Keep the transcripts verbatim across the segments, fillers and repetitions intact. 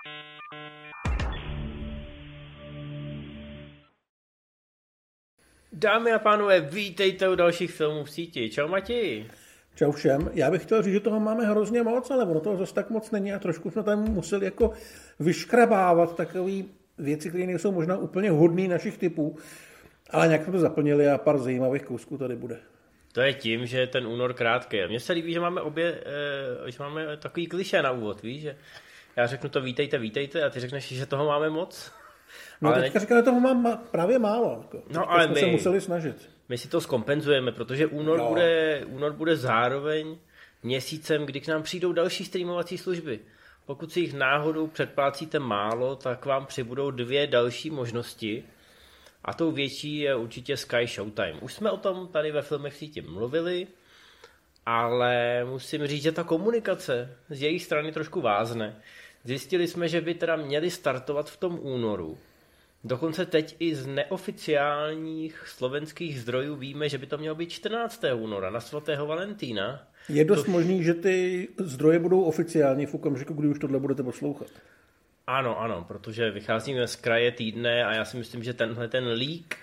Dámy a pánové, vítejte u dalších filmů v síti. Čau Matěj. Čau všem. Já bych chtěl říct, že toho máme hrozně moc, ale ono toho zase tak moc není a trošku jsme tam museli jako vyškrabávat takové věci, které nejsou možná úplně hodný našich typů, ale nějak jsme to zaplnili a pár zajímavých kousků tady bude. To je tím, že je ten únor krátký. Mně se líbí, že máme obě, že máme takový klišé na úvod, víš, že já řeknu to vítejte, vítejte a ty řekneš, že toho máme moc. No ale teďka ne... říkáme, toho mám právě málo. Jako. No ale jsme my, se museli snažit. My si to zkompenzujeme, protože únor bude, únor bude zároveň měsícem, kdy k nám přijdou další streamovací služby. Pokud si jich náhodou předplácíte málo, tak vám přibudou dvě další možnosti. A tou větší je určitě Sky Showtime. Už jsme o tom tady ve Filmech v síti mluvili, ale musím říct, že ta komunikace z jejich strany trošku vázne. Zjistili jsme, že by teda měli startovat v tom únoru. Dokonce teď i z neoficiálních slovenských zdrojů víme, že by to mělo být čtrnáctého února, na svatého Valentína. Je dost to... možný, že ty zdroje budou oficiální v okamžiku, kdy už tohle budete poslouchat. Ano, ano, protože vycházíme z kraje týdne a já si myslím, že tenhle ten leak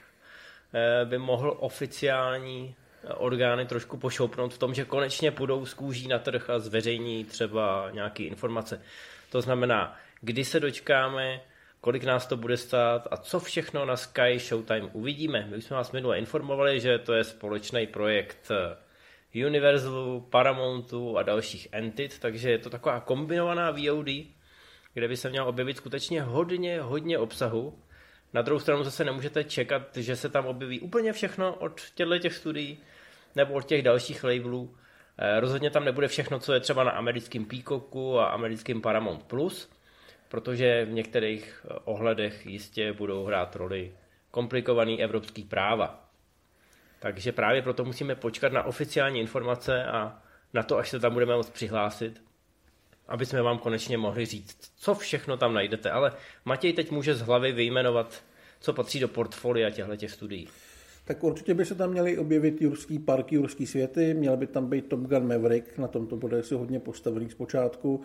by mohl oficiální orgány trošku pošoupnout v tom, že konečně půjdou z kůží na trh a zveřejní třeba nějaké informace. To znamená, kdy se dočkáme, kolik nás to bude stát a co všechno na Sky Showtime uvidíme. My jsme vás minule informovali, že to je společný projekt Universalu, Paramountu a dalších entit, takže je to taková kombinovaná V O D, kde by se měl objevit skutečně hodně, hodně obsahu. Na druhou stranu zase nemůžete čekat, že se tam objeví úplně všechno od těchto studií nebo od těch dalších labelů. Rozhodně tam nebude všechno, co je třeba na americkém Peacocku a americkém Paramount Plus, protože v některých ohledech jistě budou hrát roli komplikovaný evropský práva. Takže právě proto musíme počkat na oficiální informace a na to, až se tam budeme moct přihlásit, aby jsme vám konečně mohli říct, co všechno tam najdete. Ale Matěj teď může z hlavy vyjmenovat, co patří do portfolia těchto studií. Tak určitě by se tam měly objevit Jurský park, Jurský světy, měl by tam být Top Gun Maverick, na tom to bude asi hodně postavený zpočátku.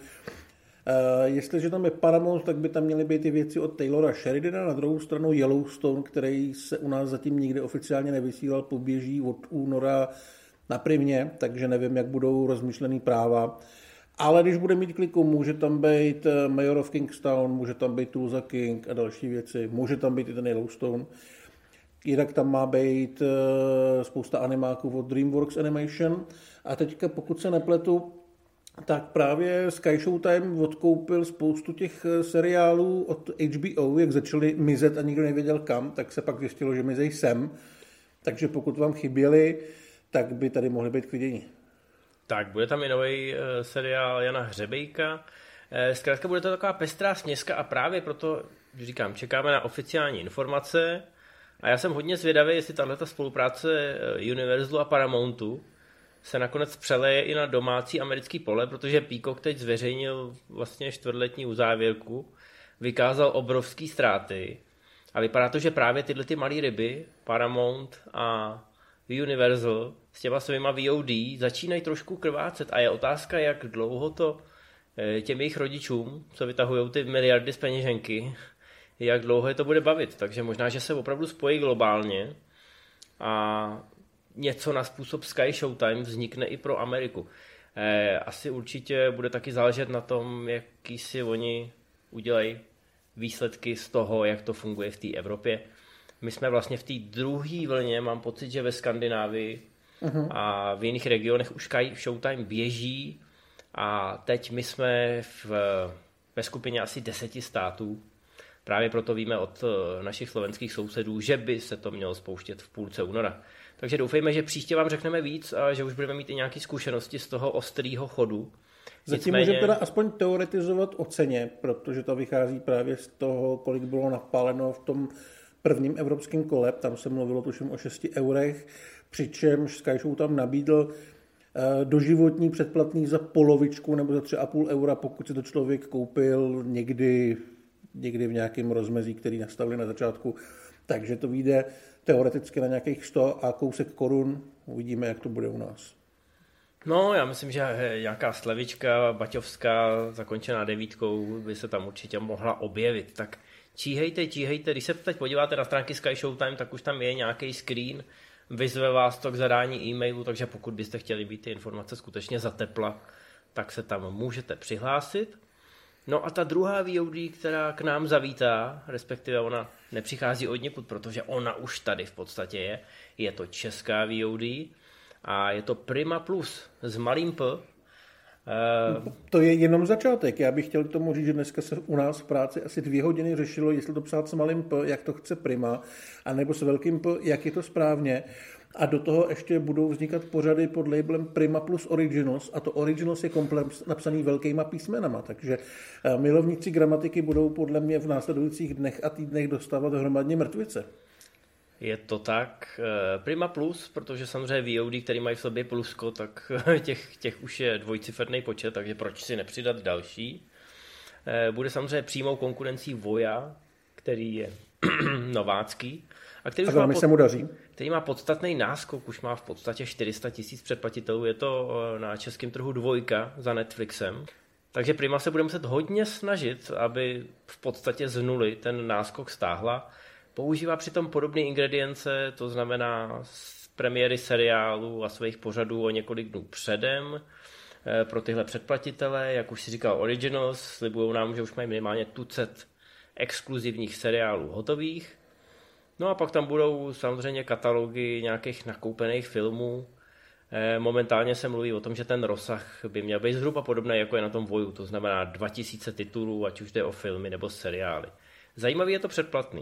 Uh, jestliže tam je Paramount, tak by tam měly být ty věci od Taylora Sheridana, na druhou stranu Yellowstone, který se u nás zatím nikdy oficiálně nevysílal, poběží od února na Primě, takže nevím, jak budou rozmyšlený práva. Ale když bude mít kliku, může tam být Mayor of Kingstown, může tam být Tulsa King a další věci, může tam být i ten Yellowstone. Jinak tam má být spousta animáků od DreamWorks Animation. A teďka, pokud se nepletu, tak právě Sky Showtime odkoupil spoustu těch seriálů od H B O, jak začali mizet a nikdo nevěděl kam, tak se pak zjistilo, že mizej sem. Takže pokud vám chyběli, tak by tady mohli být k vidění. Tak, bude tam i nový uh, seriál Jana Hřebejka. Uh, zkrátka bude to taková pestrá směska a právě proto, říkám, čekáme na oficiální informace a já jsem hodně zvědavý, jestli tato spolupráce Universalu a Paramountu se nakonec přeleje i na domácí americký pole, protože Peacock teď zveřejnil vlastně čtvrtletní uzávěrku, vykázal obrovský ztráty a vypadá to, že právě tyhle ty malé ryby, Paramount a Universal s těma svýma V O D začínají trošku krvácet a je otázka, jak dlouho to těm jejich rodičům, co vytahují ty miliardy z peněženky, jak dlouho je to bude bavit. Takže možná, že se opravdu spojí globálně a něco na způsob Sky Showtime vznikne i pro Ameriku. Asi určitě bude taky záležet na tom, jaký si oni udělají výsledky z toho, jak to funguje v té Evropě. My jsme vlastně v té druhé vlně, mám pocit, že ve Skandinávii uh-huh. a v jiných regionech už Sky Showtime běží a teď my jsme v, ve skupině asi deseti států. Právě proto víme od našich slovenských sousedů, že by se to mělo spouštět v půlce února. Takže doufejme, že příště vám řekneme víc a že už budeme mít i nějaké zkušenosti z toho ostrýho chodu. Zatím Nicméně... můžeme teda aspoň teoretizovat o ceně, protože to vychází právě z toho, kolik bylo napáleno v tom prvním evropském kole, tam se mluvilo tuším o šesti eurech, přičemž Sky Show tam nabídl doživotní předplatný za polovičku nebo za tři a půl eura, pokud si to člověk koupil někdy, někdy v nějakém rozmezí, který nastavili na začátku. Takže to vyjde teoreticky na nějakých sto a kousek korun. Uvidíme, jak to bude u nás. No, já myslím, že nějaká slevička baťovská zakončená devítkou by se tam určitě mohla objevit. Tak číhejte, číhejte. Když se teď podíváte na stránky Sky Showtime, tak už tam je nějaký screen, vyzve vás to k zadání e-mailu, takže pokud byste chtěli být ty informace skutečně za tepla, tak se tam můžete přihlásit. No a ta druhá V O D, která k nám zavítá, respektive ona nepřichází od někud, protože ona už tady v podstatě je, je to česká V O D a je to Prima Plus s malým P. Uh, to je jenom začátek. Já bych chtěl k tomu říct, že dneska se u nás v práci asi dvě hodiny řešilo, jestli to psát s malým P, jak to chce Prima, anebo s velkým P, jak je to správně. A do toho ještě budou vznikat pořady pod labelem Prima Plus Originals a to Originals je komplex napsaný velkýma písmenama, takže milovníci gramatiky budou podle mě v následujících dnech a týdnech dostávat hromadně mrtvice. Je to tak. Prima Plus, protože samozřejmě V O D, který mají v sobě plusko, tak těch, těch už je dvojciferný počet, takže proč si nepřidat další. Bude samozřejmě přímou konkurencí Voja, který je novácký. A který, a už má pod, se mu daří. který má podstatný náskok, už má v podstatě čtyři sta tisíc předplatitelů, je to na českém trhu dvojka za Netflixem. Takže Prima se bude muset hodně snažit, aby v podstatě z nuly ten náskok stáhla. Používá přitom podobné ingredience, to znamená z premiéry seriálu a svých pořadů o několik dnů předem. Pro tyhle předplatitele, jak už si říkal Originals, slibují nám, že už mají minimálně tucet exkluzivních seriálů hotových. No a pak tam budou samozřejmě katalogy nějakých nakoupených filmů. Momentálně se mluví o tom, že ten rozsah by měl být zhruba podobný, jako je na tom Voju, to znamená dva tisíce titulů, ať už jde o filmy nebo seriály. Zajímavý je to předplatný.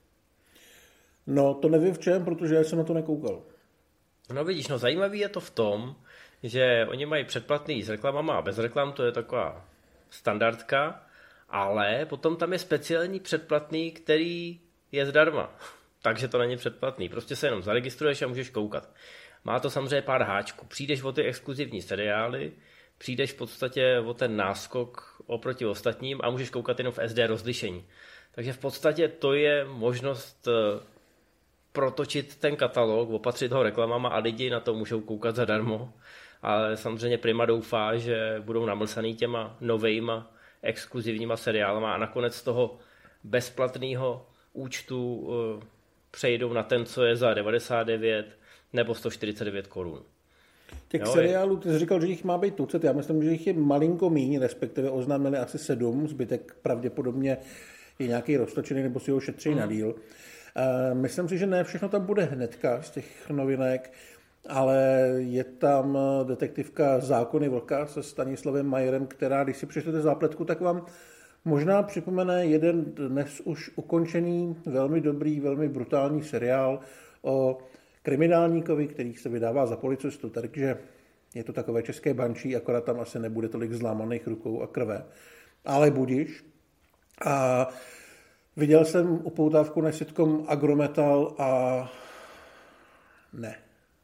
No to nevím v čem, protože já jsem na to nekoukal. No vidíš, no zajímavý je to v tom, že oni mají předplatný s reklamama a bez reklam, to je taková standardka, ale potom tam je speciální předplatný, který je zdarma. Takže to není předplatný. Prostě se jenom zaregistruješ a můžeš koukat. Má to samozřejmě pár háčků. Přijdeš o ty exkluzivní seriály, přijdeš v podstatě o ten náskok oproti ostatním a můžeš koukat jenom v S D rozlišení. Takže v podstatě to je možnost protočit ten katalog, opatřit ho reklamama a lidi na to můžou koukat zadarmo. Ale samozřejmě Prima doufá, že budou namlsaný těma novejma exkluzivníma seriálama a nakonec z toho bezplatného účtu uh, přejdou na ten, co je za devadesát devět nebo sto čtyřicet devět korun. Těch jo, seriálů, ty jsi říkal, že jich má být tucet, já myslím, že jich je malinko míň, respektive oznámili asi sedm, zbytek pravděpodobně je nějaký roztočený nebo si ho šetří mm. na díl. Uh, myslím si, že ne všechno tam bude hnedka z těch novinek, ale je tam detektivka Zákony vlka se Stanislavem Majerem, která, když si přečtete zápletku, tak vám možná připomene jeden dnes už ukončený, velmi dobrý, velmi brutální seriál o kriminálníkovi, který se vydává za policistu, takže je to takové české bančí, akorát tam asi nebude tolik zlámaných rukou a krve. Ale budiš. A viděl jsem upoutávku na sitcom Agrometal a ne.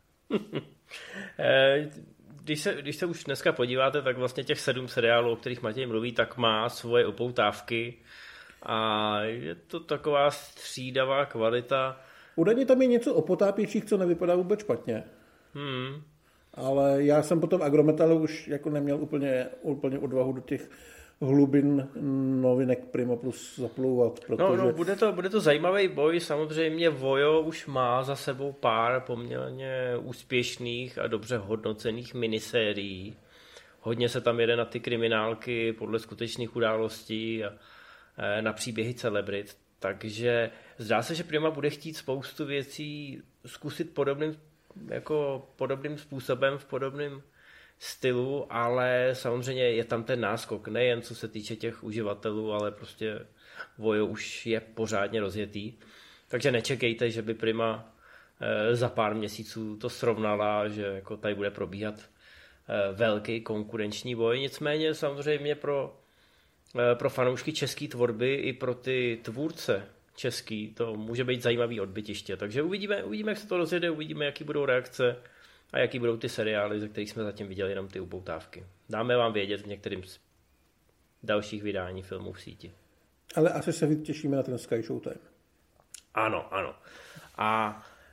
Když se, když se už dneska podíváte, tak vlastně těch sedm seriálů, o kterých Matěj mluví, tak má svoje upoutávky a je to taková střídavá kvalita. Údajně tam je něco o potápěčích, co nevypadá vůbec špatně. Hmm. Ale já jsem potom Agrometalu už jako neměl úplně, úplně odvahu do těch hlubin novinek Prima Plus zaplouvat. Protože... No, no bude, to, bude to zajímavý boj, samozřejmě Vojo už má za sebou pár poměrně úspěšných a dobře hodnocených minisérií. Hodně se tam jede na ty kriminálky podle skutečných událostí a na příběhy celebrit, takže zdá se, že Prima bude chtít spoustu věcí zkusit podobným, jako podobným způsobem v podobným stylu, ale samozřejmě je tam ten náskok, nejen co se týče těch uživatelů, ale prostě Vojo už je pořádně rozjetý. Takže nečekejte, že by Prima za pár měsíců to srovnala, že jako tady bude probíhat velký konkurenční boj. Nicméně samozřejmě pro, pro fanoušky české tvorby i pro ty tvůrce český to může být zajímavý odbytiště. Takže uvidíme, uvidíme, jak se to rozjede, uvidíme, jaký budou reakce a jaký budou ty seriály, ze kterých jsme zatím viděli jenom ty upoutávky. Dáme vám vědět v některým z dalších vydání filmů v síti. Ale asi se těšíme na ten Sky Showtime. Ano, ano. A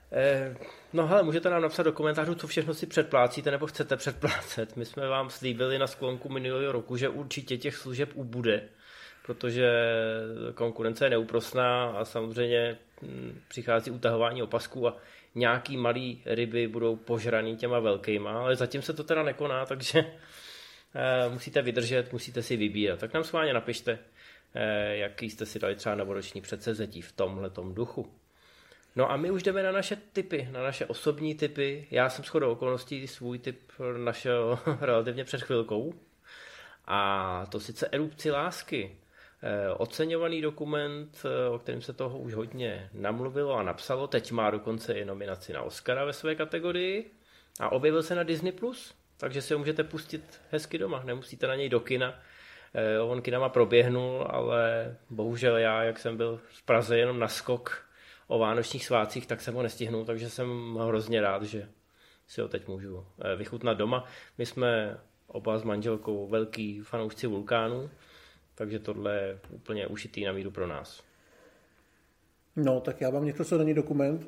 Eh, no hele, můžete nám napsat do komentářů, co všechno si předplácíte nebo chcete předplácet. My jsme vám slíbili na sklonku minulého roku, že určitě těch služeb ubude, protože konkurence je neúprosná a samozřejmě přichází utahování opasků a nějaký malý ryby budou požraný těma velkýma, ale zatím se to teda nekoná, takže musíte vydržet, musíte si vybírat. Tak nám schválně napište, jaký jste si dali třeba novoroční předsevzetí v tomhletom duchu. No a my už jdeme na naše tipy, na naše osobní tipy. Já jsem shodou okolností svůj tip našel relativně před chvilkou. A to sice Erupci lásky. Oceňovaný dokument, o kterém se toho už hodně namluvilo a napsalo. Teď má dokonce i nominaci na Oscara ve své kategorii. A objevil se na Disney plus, takže si ho můžete pustit hezky doma. Nemusíte na něj do kina. On kinama proběhnul, ale bohužel já, jak jsem byl v Praze jenom na skok o vánočních svátcích, tak jsem ho nestihnul, takže jsem hrozně rád, že si ho teď můžu vychutnat doma. My jsme oba s manželkou velký fanoušci Vulkánu, takže tohle je úplně ušitý na míru pro nás. No, tak já mám něco, co není dokument.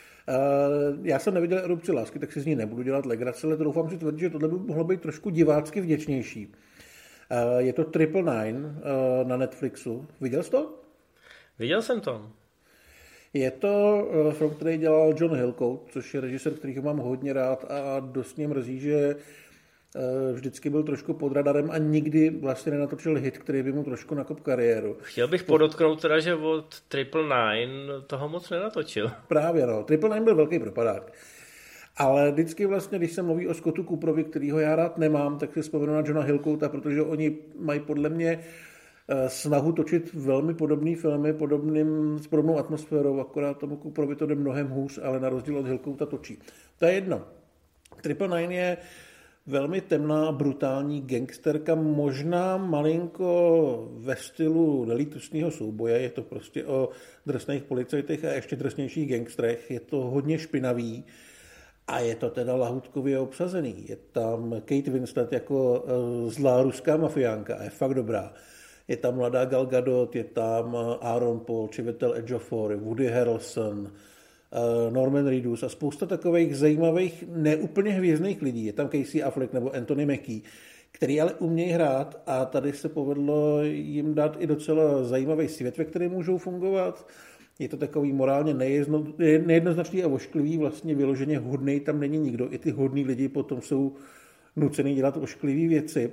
Já jsem neviděl Erupci lásky, tak si z ní nebudu dělat legraci, ale doufám si tvrdit, že tohle by mohlo být trošku divácky vděčnější. Je to Triple Nine na Netflixu. Viděl jsi to? Viděl jsem to. Je to film, který dělal John Hillcoat, což je režisér, kterýho mám hodně rád a dost mě mrzí, že vždycky byl trošku pod radarem a nikdy vlastně nenatočil hit, který by mu trošku nakop kariéru. Chtěl bych podotknout teda, že od Triple Nine toho moc nenatočil. Právě no, Triple Nine byl velký propadák. Ale vždycky vlastně, když se mluví o Scottu Cooperovi, kterýho já rád nemám, tak si vzpomenu na Johna Hillcoata, protože oni mají podle mě snahu točit velmi podobné filmy, podobným, s podobnou atmosférou, akorát tomu Cooperovi to jde mnohem hůř, ale na rozdíl od Hillcoata točí. To je jedno. Triple Nine je velmi temná, brutální gangsterka, možná malinko ve stylu nelítostného souboje, je to prostě o drsných policajtech a ještě drsnějších gangstrech, je to hodně špinavý a je to teda lahůdkově obsazený. Je tam Kate Winslet jako zlá ruská mafiánka a je fakt dobrá. Je tam mladá Gal Gadot, je tam Aaron Paul, Chiwetel Ejiofor, Woody Harrelson, Norman Reedus a spousta takových zajímavých, neúplně hvězdných lidí. Je tam Casey Affleck nebo Anthony Mackie, který ale umějí hrát a tady se povedlo jim dát i docela zajímavý svět, ve kterém můžou fungovat. Je to takový morálně nejedno, nejednoznačný a ošklivý, vlastně vyloženě hodnej, tam není nikdo. I ty hodní lidi potom jsou nucený dělat ošklivý věci.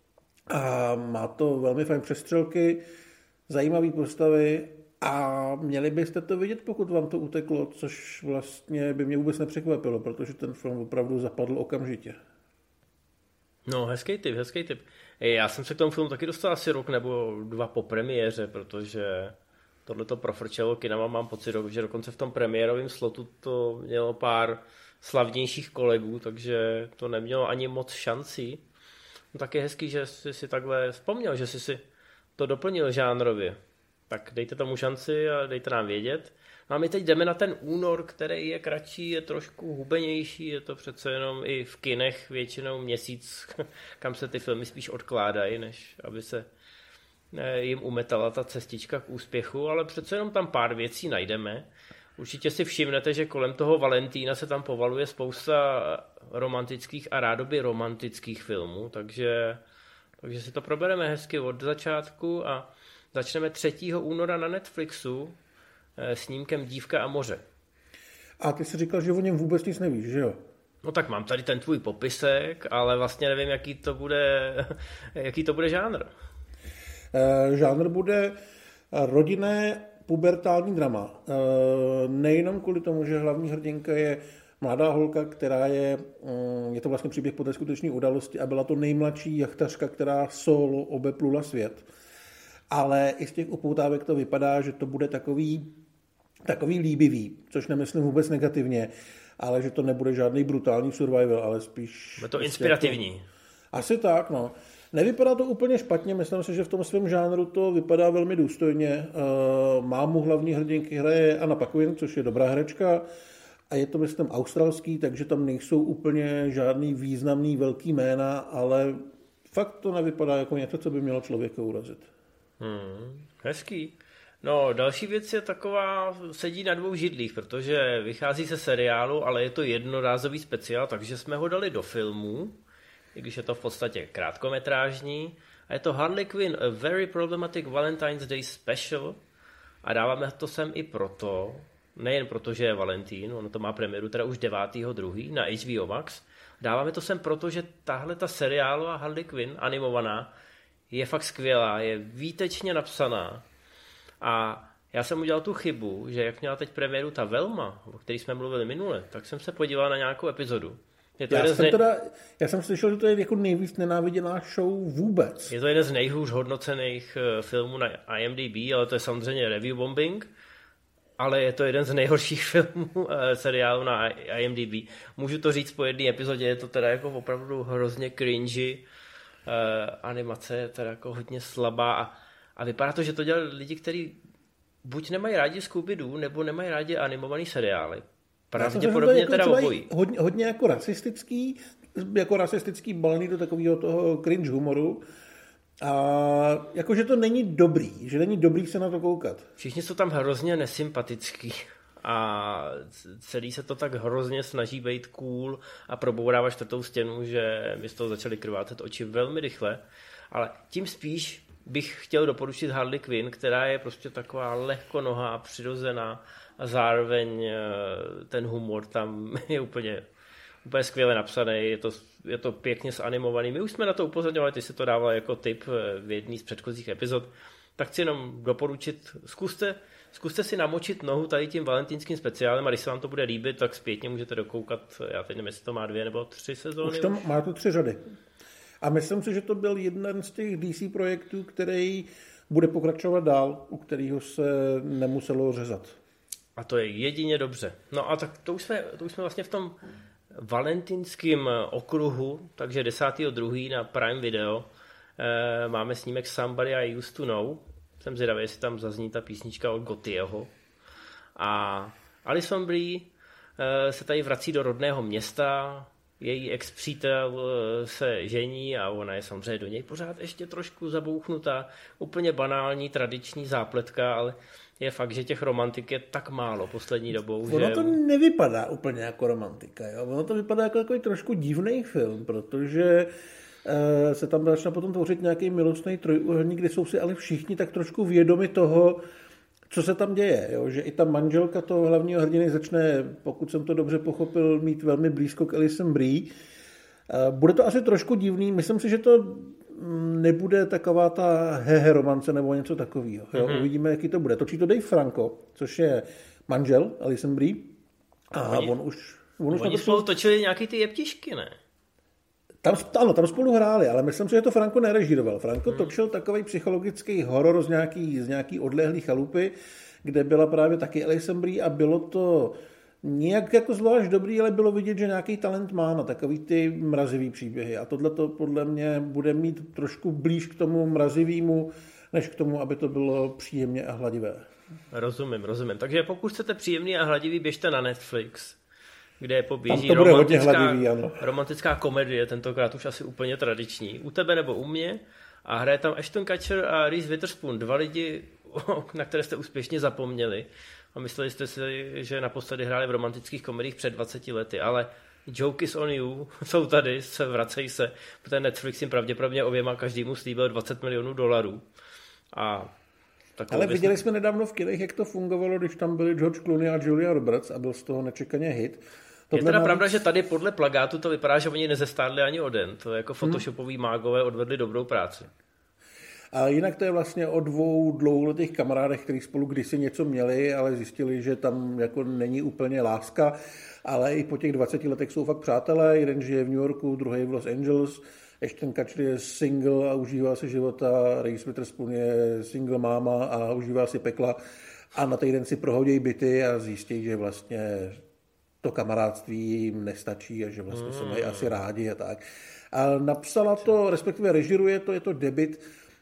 A má to velmi fajn přestřelky, zajímavé postavy a měli byste to vidět, pokud vám to uteklo, což vlastně by mě vůbec nepřekvapilo, protože ten film opravdu zapadl okamžitě. No, hezký tip, hezký tip. Já jsem se k tomu filmu taky dostal asi rok nebo dva po premiéře, protože tohle to profrčelo kinama, mám pocit, že dokonce v tom premiérovém slotu to mělo pár slavnějších kolegů, takže to nemělo ani moc šancí. No, tak je hezký, že jsi si takhle vzpomněl, že jsi si to doplnil žánrově. Tak dejte tomu šanci a dejte nám vědět. No a my teď jdeme na ten únor, který je kratší, je trošku hubenější, je to přece jenom i v kinech většinou měsíc, kam se ty filmy spíš odkládají, než aby se jim umetala ta cestička k úspěchu, ale přece jenom tam pár věcí najdeme. Určitě si všimnete, že kolem toho Valentína se tam povaluje spousta romantických a rádoby romantických filmů, takže, takže si to probereme hezky od začátku a začneme třetího února na Netflixu snímkem Dívka a moře. A ty jsi říkal, že o něm vůbec nic nevíš, že jo? No tak mám tady ten tvůj popisek, ale vlastně nevím, jaký to bude, jaký to bude žánr. E, žánr bude rodinné pubertální drama. E, nejenom kvůli tomu, že hlavní hrdinka je mladá holka, která je, je to vlastně příběh po té skutečné události a byla to nejmladší jachtařka, která solo obeplula svět. Ale i z těch upoutávek to vypadá, že to bude takový, takový líbivý, což nemyslím vůbec negativně, ale že to nebude žádný brutální survival, ale spíš... Je to inspirativní. Jako, asi tak, no. Nevypadá to úplně špatně, myslím si, že v tom svém žánru to vypadá velmi důstojně. Mámu hlavní hrdinky hraje Anna Paquin, což je dobrá herečka, a je to, myslím, australský, takže tam nejsou úplně žádný významný velký jména, ale fakt to nevypadá jako něco, co by mělo člověka urazit. Hmm, hezký. No, další věc je taková, sedí na dvou židlích, protože vychází se seriálu, ale je to jednorázový speciál, takže jsme ho dali do filmu, i když je to v podstatě krátkometrážní. A je to Harley Quinn, A Very Problematic Valentine's Day Special. A dáváme to sem i proto, nejen proto, že je Valentín, ono to má premiéru teda už devátého druhého na H B O Max. Dáváme to sem proto, že tahle ta seriálová Harley Quinn animovaná je fakt skvělá, je výtečně napsaná. A já jsem udělal tu chybu, že jak měla teď premiéru ta Velma, o který jsme mluvili minule, tak jsem se podíval na nějakou epizodu. Je to já, jsem nej... teda, já jsem slyšel, že to je jako nejvíc nenáviděná show vůbec. Je to jeden z nejhůř hodnocených filmů na I M D B, ale to je samozřejmě review bombing. Ale je to jeden z nejhorších filmů seriálu na I M D B. Můžu to říct po jedné epizodě, je to teda jako opravdu hrozně cringy. Animace je teda jako hodně slabá a, a vypadá to, že to dělali lidi, kteří buď nemají rádi Scooby-Doo, nebo nemají rádi animovaný seriály. Pravděpodobně jako teda obojí. Hodně, hodně jako rasistický, jako rasistický balený do takového toho cringe humoru. A jakože to není dobrý, že není dobrý se na to koukat. Všichni jsou tam hrozně nesympatický a celý se to tak hrozně snaží být cool a probourává čtvrtou stěnu, že mi z toho začaly krvácet oči velmi rychle. Ale tím spíš bych chtěl doporučit Harley Quinn, která je prostě taková lehkonohá, přirozená a zároveň ten humor tam je úplně, úplně skvěle napsaný, je to, je to pěkně zanimovaný. My už jsme na to upozorňovali, ty si to dával jako tip v jedné z předchozích epizod, tak chci jenom doporučit, zkuste, zkuste si namočit nohu tady tím valentínským speciálem a když se vám to bude líbit, tak zpětně můžete dokoukat, já teď nevím, jestli to má dvě nebo tři sezóny. Už to má to tři řady. A myslím si, že to byl jeden z těch D C projektů, který bude pokračovat dál, u kterého se nemuselo řezat. A to je jedině dobře. No a tak to už jsme, to už jsme vlastně v tom valentínském okruhu, takže desátého druhého na Prime Video e, máme snímek Somebody I Used to Know. Jsem zvědavý, jestli tam zazní ta písnička od Gotyeho. A Alison Brie e, se tady vrací do rodného města, její ex-přítel se žení a ona je samozřejmě do něj pořád ještě trošku zabouchnutá. Úplně banální, tradiční zápletka, ale je fakt, že těch romantik je tak málo poslední dobou. Ono že... to nevypadá úplně jako romantika. Jo? Ono to vypadá jako takový trošku divný film, protože e, se tam začne potom tvořit nějaký milostný trojúhelník, kde jsou si ale všichni tak trošku vědomi toho, co se tam děje. Jo? Že i ta manželka toho hlavního hrdiny začne, pokud jsem to dobře pochopil, mít velmi blízko k Alison Brie. E, bude to asi trošku divný. Myslím si, že to nebude taková ta hehe romance nebo něco takového. Mm-hmm. Uvidíme, jaký to bude. Točí to Dave Franco, což je manžel Alison Brie. A oni, on už... On už oni spolu točili nějaký ty jeptišky, ne? Tam, ano, tam spolu hráli, ale myslím si, že to Franco nerežíroval. Franco hmm. točil takový psychologický horor z nějaký, z nějaký odlehlý chalupy, kde byla právě taky Alison Brie a bylo to nějak jako zvlášť dobrý, ale bylo vidět, že nějaký talent má na takový ty mrazivý příběhy. A tohle to podle mě bude mít trošku blíž k tomu mrazivému, než k tomu, aby to bylo příjemně a hladivé. Rozumím, rozumím. Takže pokud chcete příjemný a hladivý, běžte na Netflix, kde poběží to romantická, hladivý, ano. romantická komedie, tentokrát už asi úplně tradiční. U tebe nebo u mě. A hraje tam Ashton Kutcher a Reese Witherspoon, dva lidi, na které jste úspěšně zapomněli. A mysleli jste si, že naposledy hráli v romantických komediích před dvaceti lety, ale joke is on you, jsou tady, se vracejí se, protože Netflix jim pravděpodobně oběma každému slíbil dvacet milionů dolarů. A ale viděli bys... jsme nedávno v kinech, jak to fungovalo, když tam byli George Clooney a Julia Roberts a byl z toho nečekaně hit. Tohle je teda navíc... pravda, že tady podle plagátu to vypadá, že oni nezestárli ani o den. To jako photoshopoví mágové odvedli dobrou práci. A jinak to je vlastně o dvou dlouholetých kamarádech, kteří spolu kdysi něco měli, ale zjistili, že tam jako není úplně láska, ale i po těch dvaceti letech jsou fakt přátelé. Jeden žije v New Yorku, druhý v Los Angeles. Ashton Kutcher je single a užívá si života. Reese Witherspoon je single máma a užívá si pekla. A na týden si prohodí byty a zjistí, že vlastně to kamarádství jim nestačí a že vlastně se mají asi rádi a tak. A napsala to, respektive režiruje to, je to debut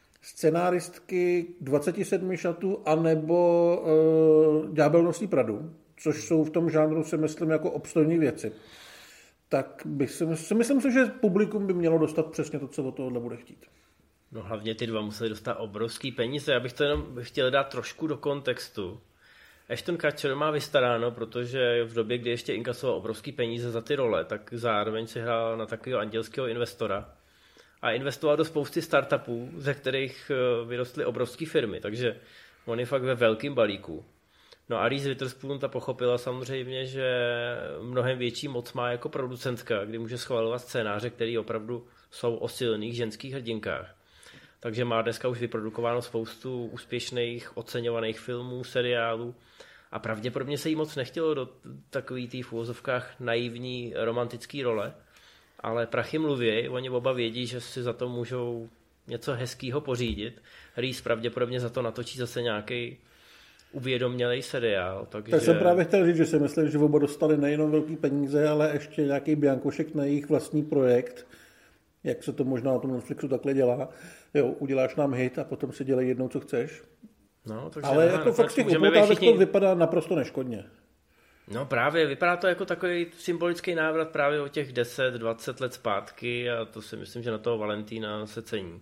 scenáristky dvacet sedm šatů anebo uh, Ďábel nosí Pradu, což jsou v tom žánru, si myslím, jako obstojní věci. Tak bych si, si myslím si, že publikum by mělo dostat přesně to, co od tohohle bude chtít. No hlavně ty dva museli dostat obrovský peníze. Já bych to jenom chtěl dát trošku do kontextu. Ashton Kutcher má vystaráno, protože v době, kdy ještě inkasoval obrovský peníze za ty role, tak zároveň si hrál na takového andělského investora a investoval do spousty startupů, ze kterých vyrostly obrovské firmy, takže on je fakt ve velkým balíku. No a Reese Witherspoon ta pochopila samozřejmě, že mnohem větší moc má jako producentka, kdy může schvalovat scénáře, které opravdu jsou o silných ženských hrdinkách. Takže má dneska už vyprodukováno spoustu úspěšných, oceňovaných filmů, seriálů a pravděpodobně se jí moc nechtělo do takový tý v uvozovkách naivní romantický role, ale prachy mluví, oni oba vědí, že si za to můžou něco hezkýho pořídit. Reese pravděpodobně za to natočí zase nějaký uvědomělej seriál. Takže... Tak jsem právě chtěl říct, že si myslím, že oba dostali nejenom velký peníze, ale ještě nějaký biankošek na jejich vlastní projekt, jak se to možná na tom Netflixu takhle dělá. Jo, uděláš nám hit a potom si dělej jednou, co chceš. No, takže ale aha, jako fakt z těch upoutávek všichni... to vypadá naprosto neškodně. No právě, vypadá to jako takový symbolický návrat právě o těch deset dvacet let zpátky a to si myslím, že na toho Valentína se cení.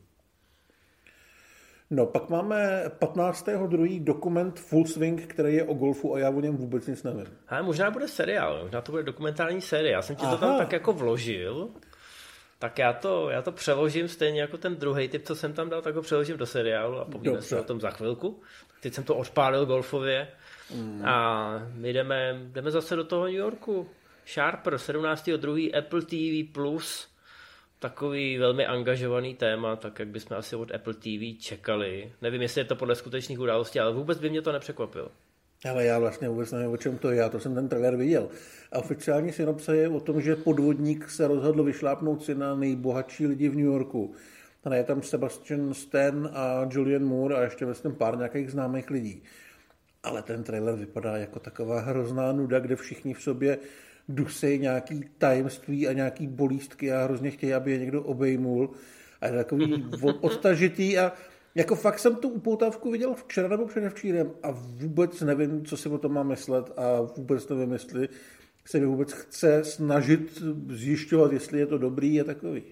No, pak máme patnáctého druhého dokument Full Swing, který je o golfu a já o něm vůbec nic nevím. Ale možná bude seriál, možná to bude dokumentární série. Já jsem ti Aha. to tam tak jako vložil, tak já to, já to přeložím stejně jako ten druhý typ, co jsem tam dal, tak ho přeložím do seriálu a povíme si o tom za chvilku. Teď jsem to odpálil golfově mm. a my jdeme, jdeme zase do toho New Yorku. Sharper, sedmnáctého druhého Apple T V plus, takový velmi angažovaný téma, tak jak bychom asi od Apple T V čekali. Nevím, jestli je to podle skutečných událostí, ale vůbec by mě to nepřekvapilo. Ale já vlastně vůbec nevím, o čem to je, já to jsem ten trailer viděl. A oficiální synopse je o tom, že podvodník se rozhodl vyšlápnout si na nejbohatší lidi v New Yorku. A je tam Sebastian Stan a Julianne Moore a ještě vlastně pár nějakých známých lidí. Ale ten trailer vypadá jako taková hrozná nuda, kde všichni v sobě dusej nějaký tajemství a nějaký bolístky a hrozně chtějí, aby je někdo obejmul. A je takový odtažitý a jako fakt jsem tu upoutávku viděl včera nebo předevčírem a vůbec nevím, co si o tom mám myslet a vůbec nevím, jestli se mi vůbec chce snažit zjišťovat, jestli je to dobrý a takový.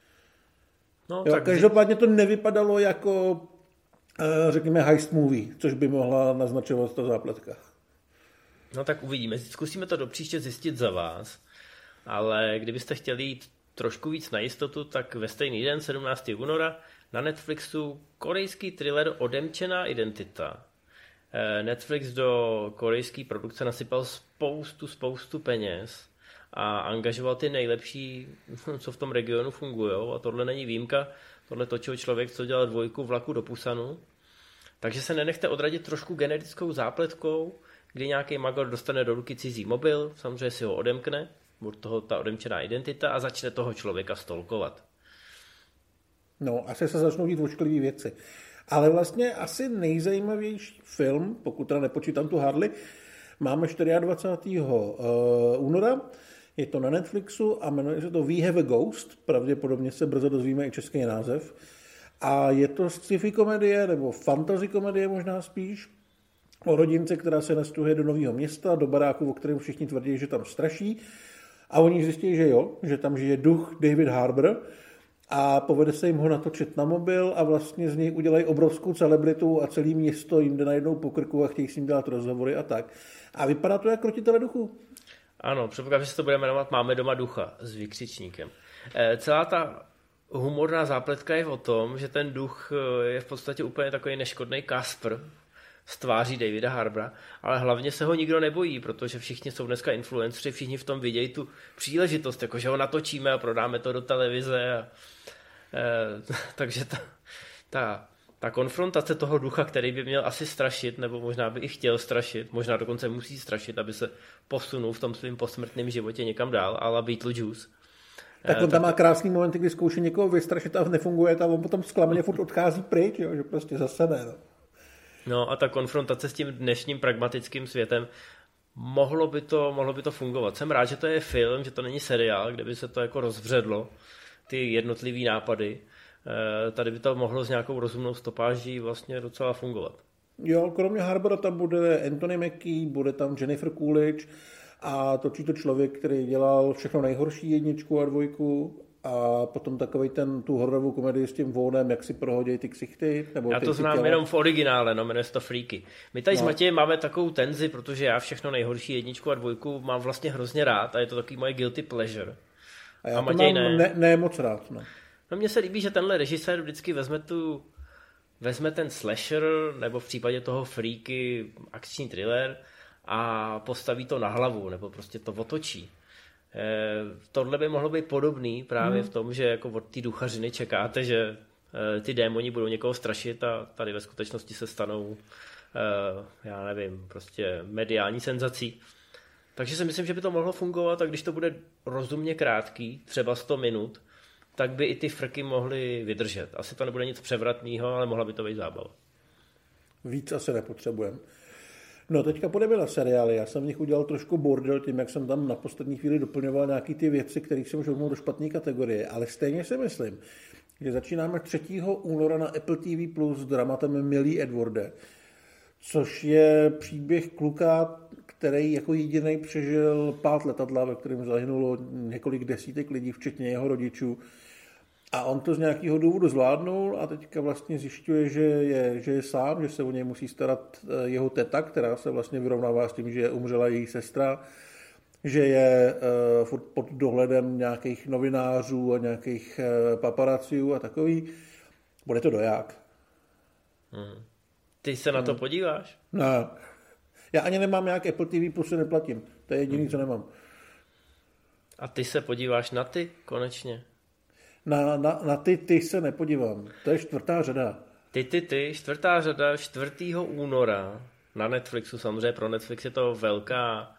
No, jo, tak každopádně to nevypadalo jako, řekněme, heist movie, což by mohla naznačovat ta zápletka. No tak uvidíme. Zkusíme to do příště zjistit za vás, ale kdybyste chtěli jít trošku víc na jistotu, tak ve stejný den, sedmnáctého února, na Netflixu korejský thriller Odemčená identita. Netflix do korejské produkce nasypal spoustu, spoustu peněz a angažoval ty nejlepší, co v tom regionu fungují. A tohle není výjimka. Tohle točil člověk, co dělal dvojku Vlaku do Pusanu. Takže se nenechte odradit trošku generickou zápletkou, kdy nějaký magor dostane do ruky cizí mobil, samozřejmě si ho odemkne, od toho ta odemčená identita a začne toho člověka stalkovat. No, asi se začnou dít ošklivý věci. Ale vlastně asi nejzajímavější film, pokud teda nepočítám tu Harley, máme dvacátého čtvrtého února, je to na Netflixu a jmenuje se to We Have a Ghost, pravděpodobně se brzo dozvíme i český název. A je to sci-fi komedie, nebo fantasy komedie možná spíš, o rodince, která se nastěhuje do nového města, do baráku, o kterém všichni tvrdí, že tam straší. A oni zjistí, že jo, že tam žije duch David Harbour a povede se jim ho natočit na mobil a vlastně z něj udělají obrovskou celebritu a celé město jim jde najednou po krku a chtějí s ním dělat rozhovory a tak. A vypadá to jak Krotitele duchu. Ano, předpokládám, že se to bude jmenovat Máme doma ducha s vykřičníkem. E, celá ta humorná zápletka je o tom, že ten duch je v podstatě úplně takový neškodný Kasper z tváří Davida Harboura, ale hlavně se ho nikdo nebojí, protože všichni jsou dneska influenceri, všichni v tom vidějí tu příležitost, jako že ho natočíme a prodáme to do televize. A, e, takže ta, ta, ta konfrontace toho ducha, který by měl asi strašit, nebo možná by i chtěl strašit, možná dokonce musí strašit, aby se posunul v tom svým posmrtném životě někam dál, a la Beetlejuice. Tak on tam má krásný momenty, kdy zkouší někoho vystrašit a nefunguje a on potom zklameně furt odchází pryč, jo, že prostě zase ne. No. No a ta konfrontace s tím dnešním pragmatickým světem, mohlo by to, mohlo by to fungovat. Jsem rád, že to je film, že to není seriál, kde by se to jako rozvředlo, ty jednotlivý nápady. Tady by to mohlo s nějakou rozumnou stopáží vlastně docela fungovat. Jo, kromě Harboura tam bude Anthony Mackie, bude tam Jennifer Coolidge a točí to člověk, který dělal všechno nejhorší jedničku a dvojku a potom takovej ten, tu hororovou komedii s tím Vonem, jak si prohodějí ty ksichty. Nebo já ty, to ty znám těla. jenom v originále, no, jmenuje se to Freaky. My tady no. s Matějem máme takovou tenzi, protože já všechno nejhorší jedničku a dvojku mám vlastně hrozně rád a je to takový moje guilty pleasure. A já a to Matěj mám ne. Ne, ne moc rád. No. no mně se líbí, že tenhle režisér vždycky vezme tu vezme ten slasher, nebo v případě toho Freaky akční thriller a postaví to na hlavu, nebo prostě to otočí. Eh, tohle by mohlo být podobný právě hmm. v tom, že jako od té duchařiny čekáte, že eh, ty démoni budou někoho strašit a tady ve skutečnosti se stanou eh, já nevím, prostě mediální senzací. Takže si myslím, že by to mohlo fungovat a když to bude rozumně krátký, třeba sto minut, tak by i ty frky mohly vydržet. Asi to nebude nic převratného, ale mohla by to být zábava. Víc asi nepotřebujeme. No teďka půjdeme na seriály. Já jsem v nich udělal trošku bordel tím, jak jsem tam na poslední chvíli doplňoval nějaký ty věci, které jsem žohnul do špatné kategorie. Ale stejně si myslím, že začínáme třetího února na Apple T V Plus s dramatem Millie Edwarde, což je příběh kluka, který jako jediný přežil pád letadla, ve kterém zahynulo několik desítek lidí, včetně jeho rodičů. A on to z nějakého důvodu zvládnul a teďka vlastně zjišťuje, že je, že je sám, že se o něj musí starat jeho teta, která se vlastně vyrovnává s tím, že umřela její sestra, že je uh, furt pod dohledem nějakých novinářů a nějakých uh, paparaciů a takový. Bude to doják. Hmm. Ty se na to hmm. podíváš? Ne. Já ani nemám nějak Apple T V Plus, neplatím. To je jediný, hmm. co nemám. A ty se podíváš na ty konečně? Na, na, na ty, ty se nepodívám. To je čtvrtá řada. Ty, ty, ty, čtvrtá řada čtvrtého února na Netflixu. Samozřejmě pro Netflix je to velká,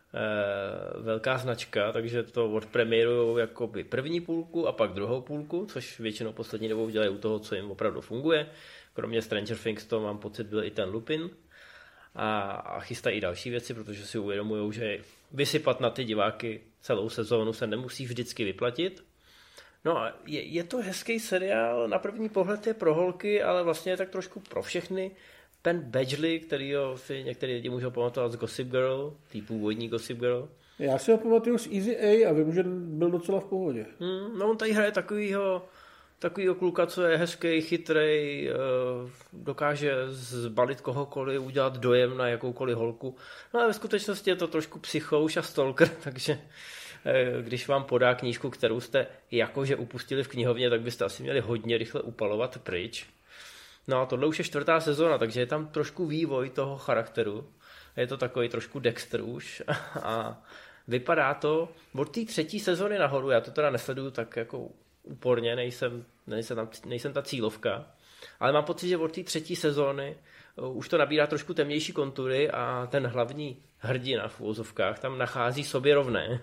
eh, velká značka, takže to odpremiérujou jakoby první půlku a pak druhou půlku, což většinou poslední dobou dělají u toho, co jim opravdu funguje. Kromě Stranger Things to mám pocit byl i ten Lupin. A, a chystají i další věci, protože si uvědomují, že vysypat na ty diváky celou sezónu se nemusí vždycky vyplatit. No a je, je to hezký seriál, na první pohled je pro holky, ale vlastně je tak trošku pro všechny. Penn Badgley, kterýho si některý lidi můžou pamatovat z Gossip Girl, tý původní Gossip Girl. Já si ho pamatuju z Easy A a vím, že byl docela v pohodě. Hmm, no on tady hraje takovýho, takovýho kluka, co je hezký, chytrej, dokáže zbalit kohokoliv, udělat dojem na jakoukoliv holku. No ale ve skutečnosti je to trošku psychouš a stalker, takže když vám podá knížku, kterou jste jakože upustili v knihovně, tak byste asi měli hodně rychle upalovat pryč. No a tohle už je čtvrtá sezóna, takže je tam trošku vývoj toho charakteru. Je to takový trošku Dexter už a vypadá to od té třetí sezóny nahoru, já to teda nesleduju tak jako úporně, nejsem, nejsem, tam, nejsem ta cílovka, ale mám pocit, že od té třetí sezóny už to nabírá trošku temnější kontury a ten hlavní hrdina v uvozovkách tam nachází sobě rovné.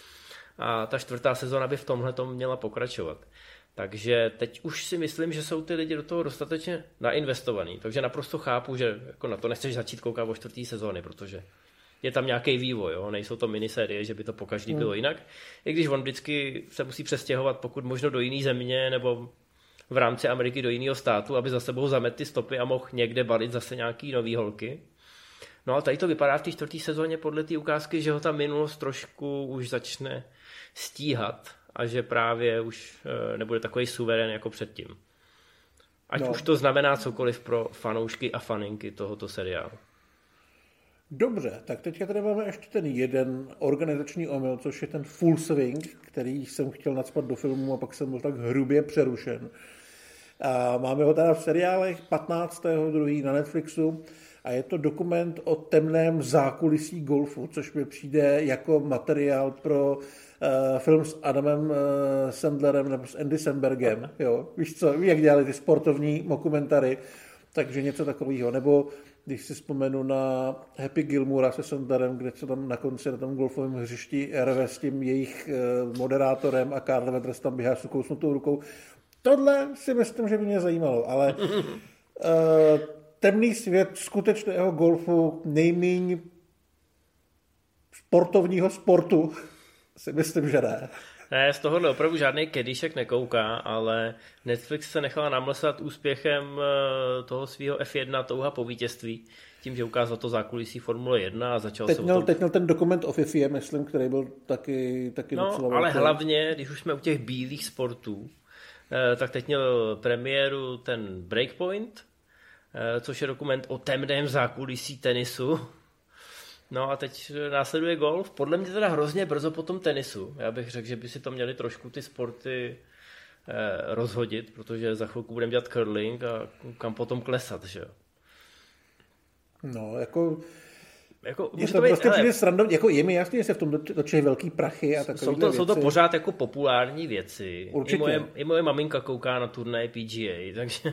A ta čtvrtá sezóna by v tomhletom měla pokračovat. Takže teď už si myslím, že jsou ty lidi do toho dostatečně nainvestovaný. Takže naprosto chápu, že jako na to nechceš začít koukat o čtvrtý sezóny, protože je tam nějaký vývoj, jo? Nejsou to minisérie, že by to po každý bylo jinak. I když on vždycky se musí přestěhovat pokud možno do jiné země nebo v rámci Ameriky do jiného státu, aby za sebou zamet ty stopy a mohl někde balit zase nějaký nový holky. No a tady to vypadá v té čtvrté sezóně podle té ukázky, že ho ta minulost trošku už začne stíhat a že právě už e, nebude takový suverén jako předtím. Ať no. už to znamená cokoliv pro fanoušky a faninky tohoto seriálu. Dobře, tak teďka tady máme ještě ten jeden organizační omyl, což je ten Full Swing, který jsem chtěl nacpat do filmu a pak jsem byl tak hrubě přerušen. A máme ho teda v seriálech patnáctého druhého na Netflixu a je to dokument o temném zákulisí golfu, což mi přijde jako materiál pro uh, film s Adamem uh, Sandlerem nebo s Andy Sambergem. Jo? Víš co, jak dělali ty sportovní dokumentary, takže něco takového. Nebo když si vzpomenu na Happy Gilmora se Sandlerem, kde se tam na konci na tom golfovém hřišti rve s tím jejich uh, moderátorem a Carl Weathers tam běhá s kousnutou rukou. Tohle si myslím, že by mě zajímalo, ale uh, temný svět skutečného golfu, nejméně sportovního sportu, si myslím, že ne. Ne, z tohohle opravdu žádný kedišek nekouká, ale Netflix se nechala namlsat úspěchem toho svého F jedna touha po vítězství, tím, že ukázal to zákulisí Formule jedna a začal teď se měl, o tom... Teď měl ten dokument o FIFA, myslím, který byl taky, taky no, docela ale velký. hlavně, když už jsme u těch bílých sportů, tak teď měl premiéru ten Breakpoint, což je dokument o temném zákulisí tenisu. No a teď následuje golf. Podle mě teda hrozně brzo po tom tenisu. Já bych řekl, že by si to měli trošku ty sporty eh, rozhodit, protože za chvilku budeme dělat curling a kam potom klesat, že jo? No, jako... Jako, je to, to být, prostě ale, srandovně, jako je mi jasný, že se v tom točí velký prachy a takové jsou to, věci. Jsou to pořád jako populární věci. Určitě. I moje, I moje maminka kouká na turnaje P G A, takže...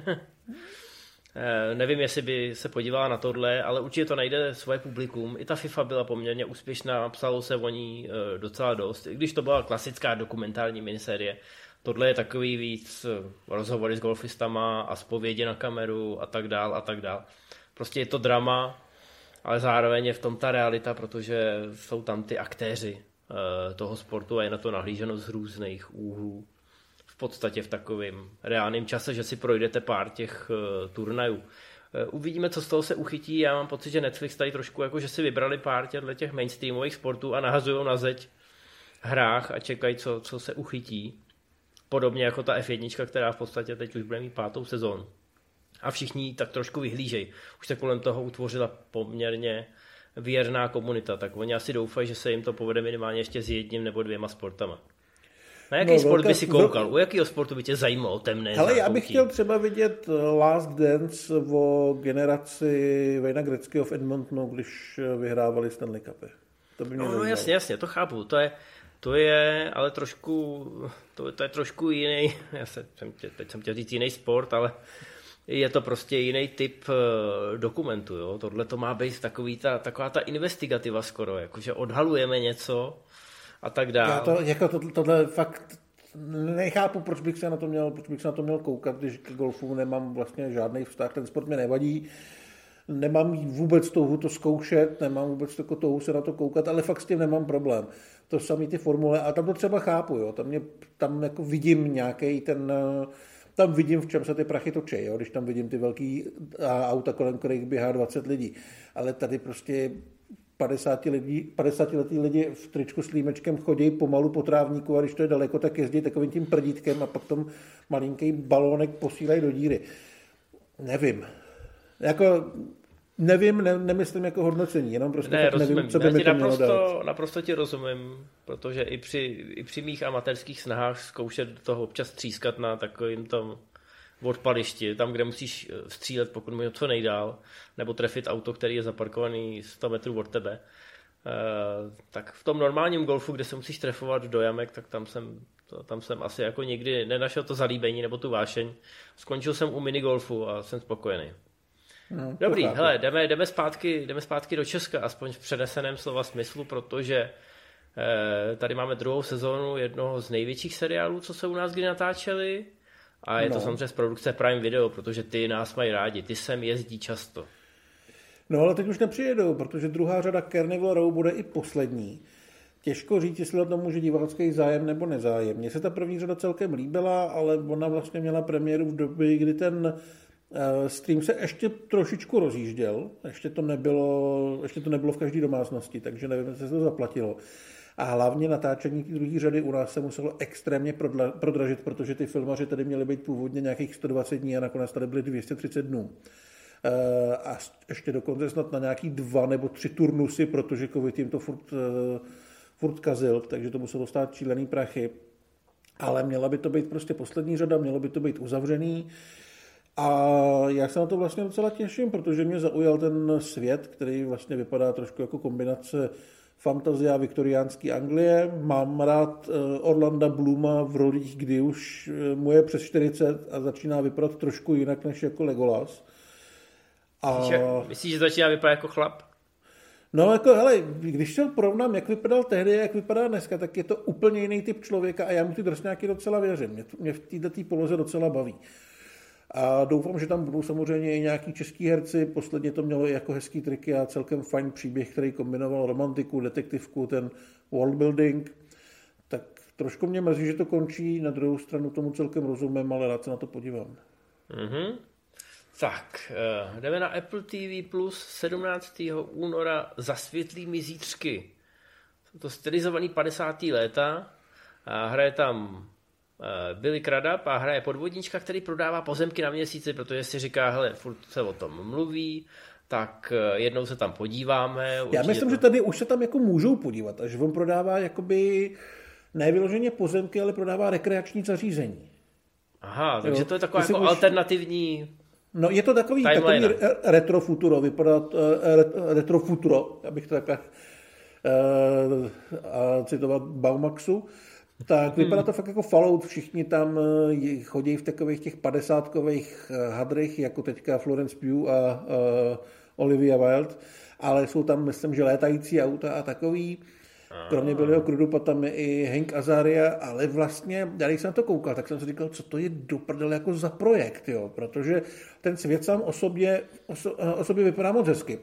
Nevím, jestli by se podívala na tohle, ale určitě to najde svoje publikum. I ta FIFA byla poměrně úspěšná, psalo se o ní docela dost. I když to byla klasická dokumentární minisérie, tohle je takový víc rozhovory s golfistama a zpovědi na kameru a tak dál a tak dál. Prostě je to drama, ale zároveň je v tom ta realita, protože jsou tam ty aktéři toho sportu a je na to nahlíženo z různých úhlů. V podstatě v takovém reálném čase, že si projdete pár těch uh, turnajů. Uh, uvidíme, co z toho se uchytí. Já mám pocit, že Netflix tady trošku jako, že si vybrali pár těch mainstreamových sportů a nahazují na zeď hrách a čekají, co, co se uchytí. Podobně jako ta F jedna, která v podstatě teď už bude mít pátou sezónu. A všichni tak trošku vyhlížejí. Už se kolem toho utvořila poměrně věrná komunita, tak oni asi doufají, že se jim to povede minimálně ještě s jedním nebo dvěma sportama. Na jaký no, sport velká, by si koukal? Vel... U jakého sportu by tě zajímalo temné zákoutí? Ale já bych chtěl třeba vidět Last Dance o generaci Wayna Gretzkyho v Edmontonu, když vyhrávali Stanley Cupy. To by mě no, no jasně, jasně, to chápu. To je, to je ale trošku, to, to je trošku jiný, já se, jsem tě, teď jsem chtěl říct jiný sport, ale je to prostě jiný typ uh, dokumentu. Jo? Tohle to má být takový ta, taková ta investigativa skoro, jakože odhalujeme něco a tak dále. Já to, jako to, tohle fakt nechápu, proč bych se na to měl, proč bych se na to měl koukat, když k golfu nemám vlastně žádný vztah, ten sport mě nevadí, nemám vůbec touhu to zkoušet, nemám vůbec jako touhu se na to koukat, ale fakt s tím nemám problém. To samý ty formule, a tam to třeba chápu, jo, tam, mě, tam jako vidím nějaký ten, tam vidím, v čem se ty prachy točí, jo, když tam vidím ty velký auta, kolem kterých běhá dvacet lidí, ale tady prostě padesátiletí lidi v tričku s límečkem chodí pomalu po trávníku a když to je daleko, tak jezdí takovým tím prdítkem a pak tom malinký balónek posílají do díry. Nevím. Jako nevím, ne, nemyslím jako hodnocení, jenom prostě ne, nevím, co by mi to naprosto, mělo dát. Naprosto ti rozumím, protože i při, i při mých amatérských snahách zkoušet toho občas třískat na takovým tom odpališti, tam, kde musíš střílet, pokud můžu co nejdál, nebo trefit auto, který je zaparkovaný sto metrů od tebe. E, tak v tom normálním golfu, kde se musíš trefovat do jamek, tak tam jsem, to, tam jsem asi jako nikdy nenašel to zalíbení nebo tu vášeň. Skončil jsem u minigolfu a jsem spokojený. No, dobrý, hele, jdeme, jdeme, zpátky, jdeme zpátky do Česka, aspoň v přeneseném slova smyslu, protože e, tady máme druhou sezónu jednoho z největších seriálů, co se u nás kdy natáčeli. A je to no. samozřejmě z produkce Prime Video, protože ty nás mají rádi, ty sem jezdí často. No ale teď už nepřijedou, protože druhá řada Carnival Row bude i poslední. Těžko říct, jestli o tom může divácký zájem nebo nezájem. Mně se ta první řada celkem líbila, ale ona vlastně měla premiéru v době, kdy ten uh, stream se ještě trošičku rozjížděl. Ještě to nebylo, ještě to nebylo v každé domácnosti, takže nevím, jestli se to zaplatilo. A hlavně natáčení té druhé řady u nás se muselo extrémně prodla, prodražit, protože ty filmaři tady měly být původně nějakých sto dvacet dní a nakonec tady byly dvě stě třicet dnů. E, a ještě dokonce snad na nějaký dva nebo tři turnusy, protože covid jim to furt, e, furt kazil, takže to muselo stát šílený prachy. Ale měla by to být prostě poslední řada, mělo by to být uzavřený. A já se na to vlastně docela těším, protože mě zaujal ten svět, který vlastně vypadá trošku jako kombinace fantazie a viktoriánské Anglie. Mám rád Orlanda Blooma v rolích, kdy už mu je přes čtyřicet a začíná vypadat trošku jinak než jako Legolas. A... Myslíš, že začíná vypadat jako chlap? No jako, hele, když se porovnám, jak vypadal tehdy a jak vypadá dneska, tak je to úplně jiný typ člověka a já mu ty drsňáky docela věřím. Mě, mě v této poloze docela baví. A doufám, že tam budou samozřejmě i nějaký český herci. Posledně to mělo i jako hezký triky a celkem fajn příběh, který kombinoval romantiku, detektivku, ten worldbuilding. Tak trošku mě mrzí, že to končí, na druhou stranu tomu celkem rozumím, ale rád se na to podívám. Mm-hmm. Tak, uh, jdeme na Apple T V Plus sedmnáctého února Za světlými zítřky. Jsou to stylizovaný padesátá léta a hraje tam uh, Billy Crudup a hraje podvodníčka, který prodává pozemky na měsíci, protože si říká, hele, furt se o tom mluví, tak uh, jednou se tam podíváme. Já myslím, to... že tady už se tam jako můžou podívat, až on prodává jakoby ne vyloženě pozemky, ale prodává rekreační zařízení. Aha, takže jo. to je taková Myslím jako už... alternativní... No je to takový, takový retrofuturo, vypadá uh, retrofuturo, abych to takhle uh, a citovat Baumaxu, tak vypadá to fakt jako Fallout, všichni tam uh, chodí v takových těch padesátkových uh, hadrech, jako teďka Florence Pugh a uh, Olivia Wilde, ale jsou tam, myslím, že létající auta a takový. Kromě Billyho Crudupa tam je i Hank Azaria, ale vlastně, když jsem na to koukal, tak jsem si říkal, co to je do prdele jako za projekt, jo? Protože ten svět sám o sobě, o, o sobě vypadá moc hezky.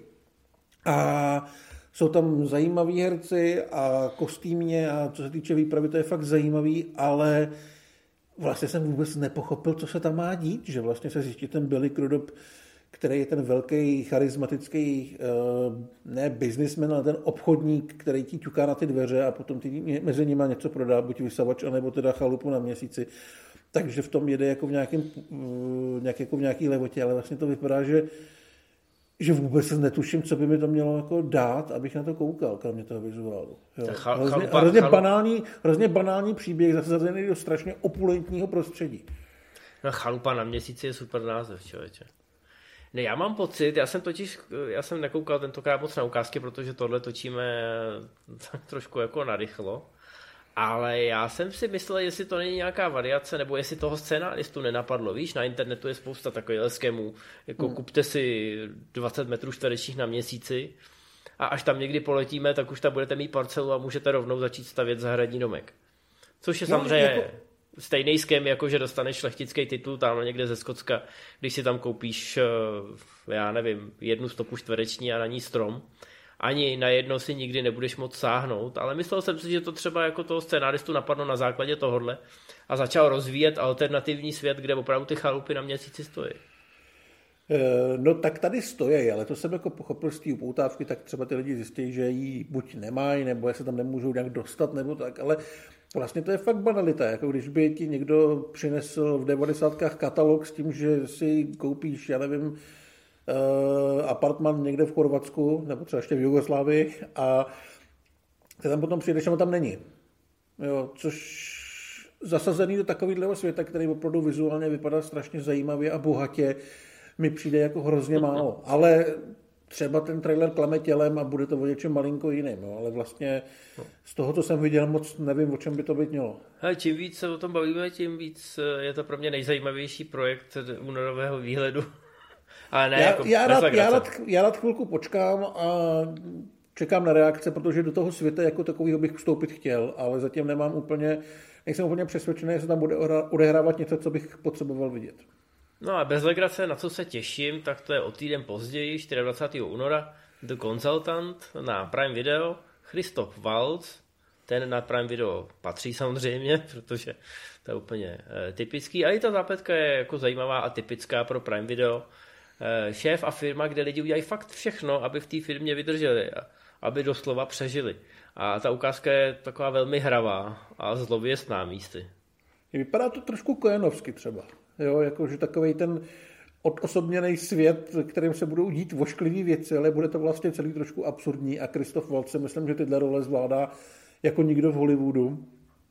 A jsou tam zajímaví herci a kostýmě a co se týče výpravy, to je fakt zajímavý, ale vlastně jsem vůbec nepochopil, co se tam má dít, že vlastně se zjistí ten Billy Crudup, který je ten velký, charismatický, ne businessman, ale ten obchodník, který ti ťuká na ty dveře a potom ty mezi nimi něco prodá, buď vysavač, anebo teda chalupu na měsíci. Takže v tom jede jako v, nějakém, nějak jako v nějaký levotě, ale vlastně to vypadá, že, že vůbec netuším, co by mi to mělo jako dát, abych na to koukal, kromě toho vizuálu. Jo. Chal, hrozně, chalupa, hrozně, chalup... banální, hrozně banální příběh, zasazený do strašně opulentního prostředí. No, chalupa na měsíci je super název, člověče. Ne, já mám pocit, já jsem totiž, já jsem nekoukal tentokrát moc na ukázky, protože tohle točíme trošku jako narychlo, ale já jsem si myslel, jestli to není nějaká variace, nebo jestli toho scénáristu nenapadlo. Víš, na internetu je spousta takových schémů, jako hmm. kupte si dvacet metrů čtverečních na měsíci a až tam někdy poletíme, tak už tam budete mít parcelu a můžete rovnou začít stavět zahradní domek. Což je no, samozřejmě... Jako... stejný ském, jako že dostaneš šlechtický titul tam někde ze Skotska, když si tam koupíš, já nevím, jednu stopu čtvereční a na ní strom. Ani na jedno si nikdy nebudeš moc sáhnout, ale myslel jsem si, že to třeba jako toho scénáristu napadlo na základě tohohle a začal rozvíjet alternativní svět, kde opravdu ty chalupy na měsíci stojí. No tak tady stojí, ale to jsem jako pochopil z té upoutávky, tak třeba ty lidi zjistí, že ji buď nemají, nebo se tam nemůžou nějak dostat, nebo tak, ale vlastně to je fakt banalita, jako když by ti někdo přinesl v devadesátkách katalog s tím, že si koupíš, já nevím, uh, apartman někde v Chorvatsku, nebo třeba ještě v Jugoslávii a ty tam potom přijdeš a tam není. Jo, což zasazený do takového světa, který opravdu vizuálně vypadá strašně zajímavě a bohatě, mi přijde jako hrozně málo. Ale třeba ten trailer klame tělem a bude to o něčem malinko jiným. No, ale vlastně z toho, co jsem viděl, moc nevím, o čem by to být mělo. Hele, čím víc se o tom bavíme, tím víc je to pro mě nejzajímavější projekt únorového výhledu. Ale ne, já, jako já, rád, já, rád, já rád chvilku počkám a čekám na reakce, protože do toho světa jako takového bych vstoupit chtěl, ale zatím nemám úplně, nejsem úplně přesvědčený, jestli tam bude odehrávat něco, co bych potřeboval vidět. No a bez legrace, na co se těším, tak to je o týden později, dvacátého čtvrtého února, The Consultant na Prime Video, Christoph Waltz, ten na Prime Video patří samozřejmě, protože to je úplně e, typický, a i ta zápletka je jako zajímavá a typická pro Prime Video. E, šéf a firma, kde lidi udělají fakt všechno, aby v té firmě vydrželi a aby doslova přežili. A ta ukázka je taková velmi hravá a zlověstná místy. Vypadá to trošku kojenovsky třeba. Jo, jakože takovej ten odosobněný svět, kterým se budou dít vošklivý věci, ale bude to vlastně celý trošku absurdní a Christoph Waltz, myslím, že tyhle role zvládá jako nikdo v Hollywoodu.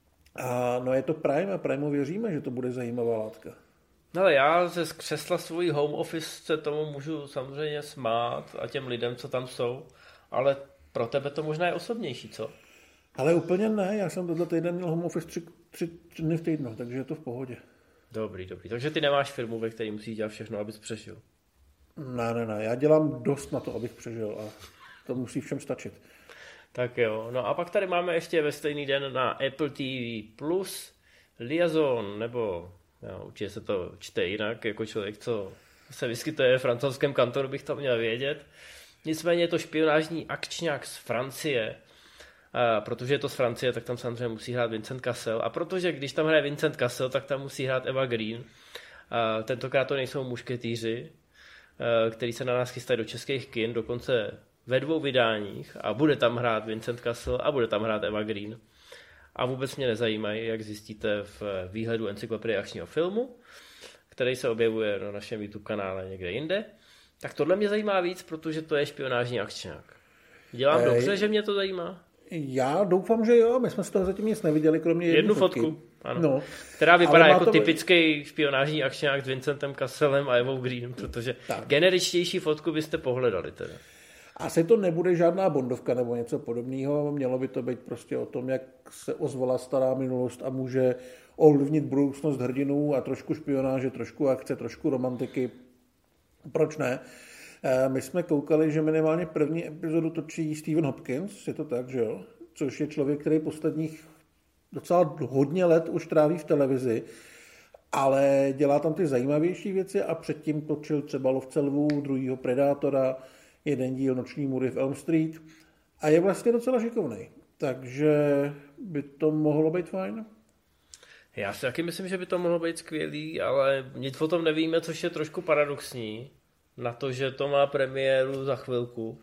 A no je to Prime a Primeu věříme, že to bude zajímavá látka. No ale já ze křesla svojí home office se tomu můžu samozřejmě smát a těm lidem, co tam jsou, ale pro tebe to možná je osobnější, co? Ale úplně ne, já jsem tohle týden měl home office tři, tři, tři dny v týdnu, takže je to v pohodě. Dobrý, dobrý. Takže ty nemáš firmu, ve které musíš dělat všechno, abys přežil. Ne, ne, ne. Já dělám dost na to, abych přežil a to musí všem stačit. Tak jo. No a pak tady máme ještě ve stejný den na Apple T V Plus Liaison, nebo jo, určitě se to čte jinak, jako člověk, co se vyskytuje ve francouzském kantoru, bych to měl vědět. Nicméně je to špionážní akčňák z Francie A protože je to z Francie, tak tam samozřejmě musí hrát Vincent Cassel. A protože když tam hraje Vincent Cassel, tak tam musí hrát Eva Green. A tentokrát to nejsou mušketýři, který se na nás chystají do českých kin, dokonce ve dvou vydáních a bude tam hrát Vincent Cassel a bude tam hrát Eva Green. A vůbec mě nezajímají, jak zjistíte v výhledu encyklopedie akčního filmu, který se objevuje na našem YouTube kanále někde jinde. Tak tohle mě zajímá víc, protože to je špionážní akčňák. Dělám Ej, dobře, že mě to zajímá? Já doufám, že jo. My jsme z toho zatím nic neviděli, kromě jednu, jednu fotky. fotku. Ano. No. Která vypadá jako to... typický špionážní akčňák s Vincentem Casselem a Evou Green, protože tak. generičtější fotku byste pohledali teda. Asi to nebude žádná bondovka nebo něco podobného. Mělo by to být prostě o tom, jak se ozvala stará minulost a může ovlivnit budoucnost hrdinů a trošku špionáže, trošku akce, trošku romantiky. Proč ne? My jsme koukali, že minimálně první epizodu točí Stephen Hopkins, je to tak, že jo? Což je člověk, který posledních docela hodně let už tráví v televizi, ale dělá tam ty zajímavější věci a předtím točil třeba Lovce lvů, druhýho Predátora, jeden díl Noční můry v Elm Street a je vlastně docela šikovnej. Takže by to mohlo být fajn. Já si taky myslím, že by to mohlo být skvělý, ale nic o tom nevíme, což je trošku paradoxní. Na to, že to má premiéru za chvilku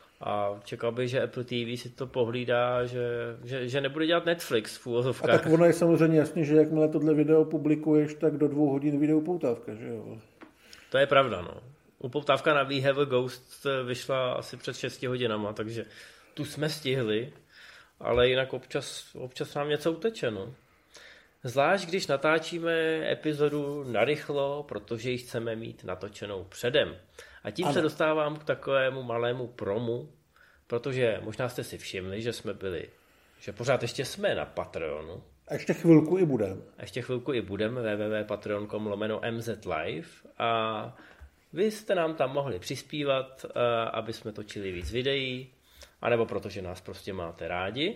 a čekal bych, že Apple T V si to pohlídá, že, že, že nebude dělat Netflix v úvozovkách. A tak ono je samozřejmě jasný, že jakmile tohle video publikuješ, tak do dvou hodin vyjde upoutávka, že jo? To je pravda, no. Upoutávka na We Have a Ghost vyšla asi před šesti hodinama, takže tu jsme stihli, ale jinak občas, občas nám něco uteče, no. Zvlášť, když natáčíme epizodu narychlo, protože ji chceme mít natočenou předem. A tím ano. se dostávám k takovému malému promu, protože možná jste si všimli, že jsme byli, že pořád ještě jsme na Patreonu. A ještě chvilku i budeme. A ještě chvilku i budeme, w w w tečka patreon tečka com lomeno m z live. A vy jste nám tam mohli přispívat, aby jsme točili víc videí, anebo protože nás prostě máte rádi.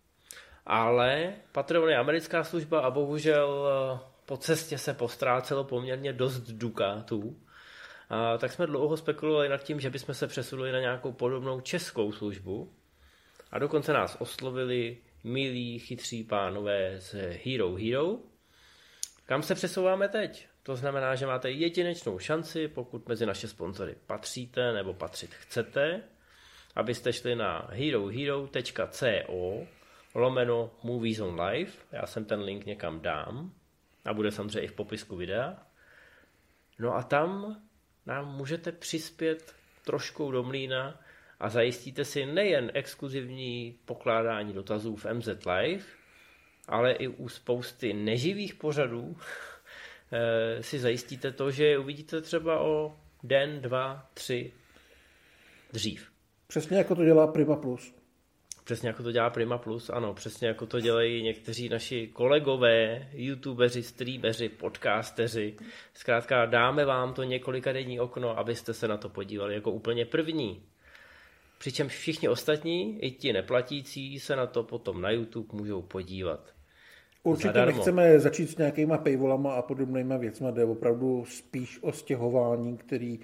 Ale Patreon je americká služba a bohužel po cestě se postrácelo poměrně dost dukátů. A tak jsme dlouho spekulovali nad tím, že bychom se přesunuli na nějakou podobnou českou službu. A dokonce nás oslovili milí, chytří pánové z Hero Hero. Kam se přesouváme teď? To znamená, že máte jedinečnou šanci, pokud mezi naše sponzory patříte nebo patřit chcete, abyste šli na herohero tečka co lomeno Movies on Live. Já jsem ten link někam dám a bude samozřejmě i v popisku videa. No a tam nám můžete přispět trošku do mlýna a zajistíte si nejen exkluzivní pokládání dotazů v M Z Live, ale i u spousty neživých pořadů si zajistíte to, že uvidíte třeba o den, dva, tři dřív. Přesně jako to dělá Prima Plus. Přesně jako to dělá Prima Plus, ano, přesně jako to dělají někteří naši kolegové, youtubeři, streameři, podcasteři. Zkrátka dáme vám to několika denní okno, abyste se na to podívali jako úplně první. Přičemž všichni ostatní, i ti neplatící, se na to potom na YouTube můžou podívat. Určitě zadarmo. Nechceme začít s nějakýma paywallama a podobnýma věcma, jde opravdu spíš o stěhování, který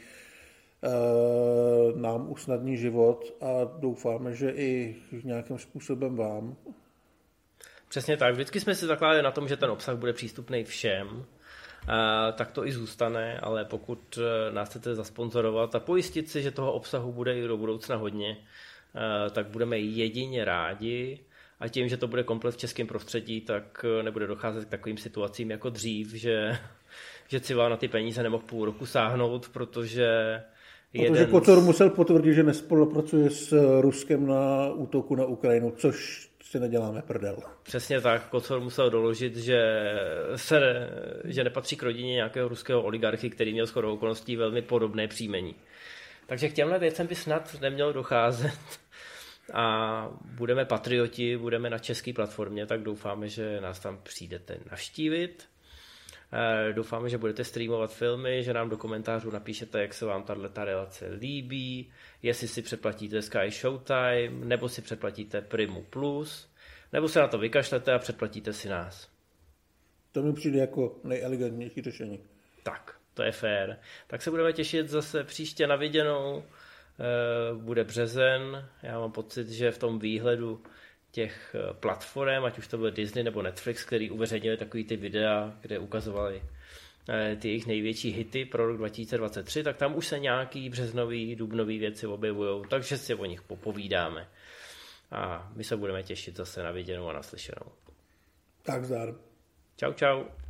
nám usnadní život a doufáme, že i nějakým způsobem vám. Přesně tak. Vždycky jsme si zakládali na tom, že ten obsah bude přístupný všem, tak to i zůstane, ale pokud nás chcete zasponzorovat a pojistit si, že toho obsahu bude i do budoucna hodně, tak budeme jedině rádi a tím, že to bude komplet v českém prostředí, tak nebude docházet k takovým situacím jako dřív, že, že si vám na ty peníze nemohl půl roku sáhnout, protože Protože Kocour musel potvrdit, že nespolupracuje s Ruskem na útoku na Ukrajinu, což si neděláme prdel. Přesně tak, Kocour musel doložit, že, se, že nepatří k rodině nějakého ruského oligarchy, který měl shodou okolností velmi podobné příjmení. Takže k těmhle věcem by snad nemělo docházet. A budeme patrioti, budeme na české platformě, tak doufáme, že nás tam přijdete navštívit. Doufáme, že budete streamovat filmy, že nám do komentářů napíšete, jak se vám tato relace líbí, jestli si předplatíte Sky Showtime, nebo si předplatíte Primu Plus, nebo se na to vykašlete a předplatíte si nás. To mi přijde jako nejelegantnější řešení. Tak, to je fér. Tak se budeme těšit zase příště na viděnou. Bude březen. Já mám pocit, že v tom výhledu těch platform, ať už to byl Disney nebo Netflix, který uveřejnili takový ty videa, kde ukazovali ty jejich největší hity pro rok dva tisíce dvacet tři, tak tam už se nějaký březnový, dubnový věci objevují, takže si o nich popovídáme. A my se budeme těšit zase na viděnou a naslyšenou. Tak zdar. Čau, čau.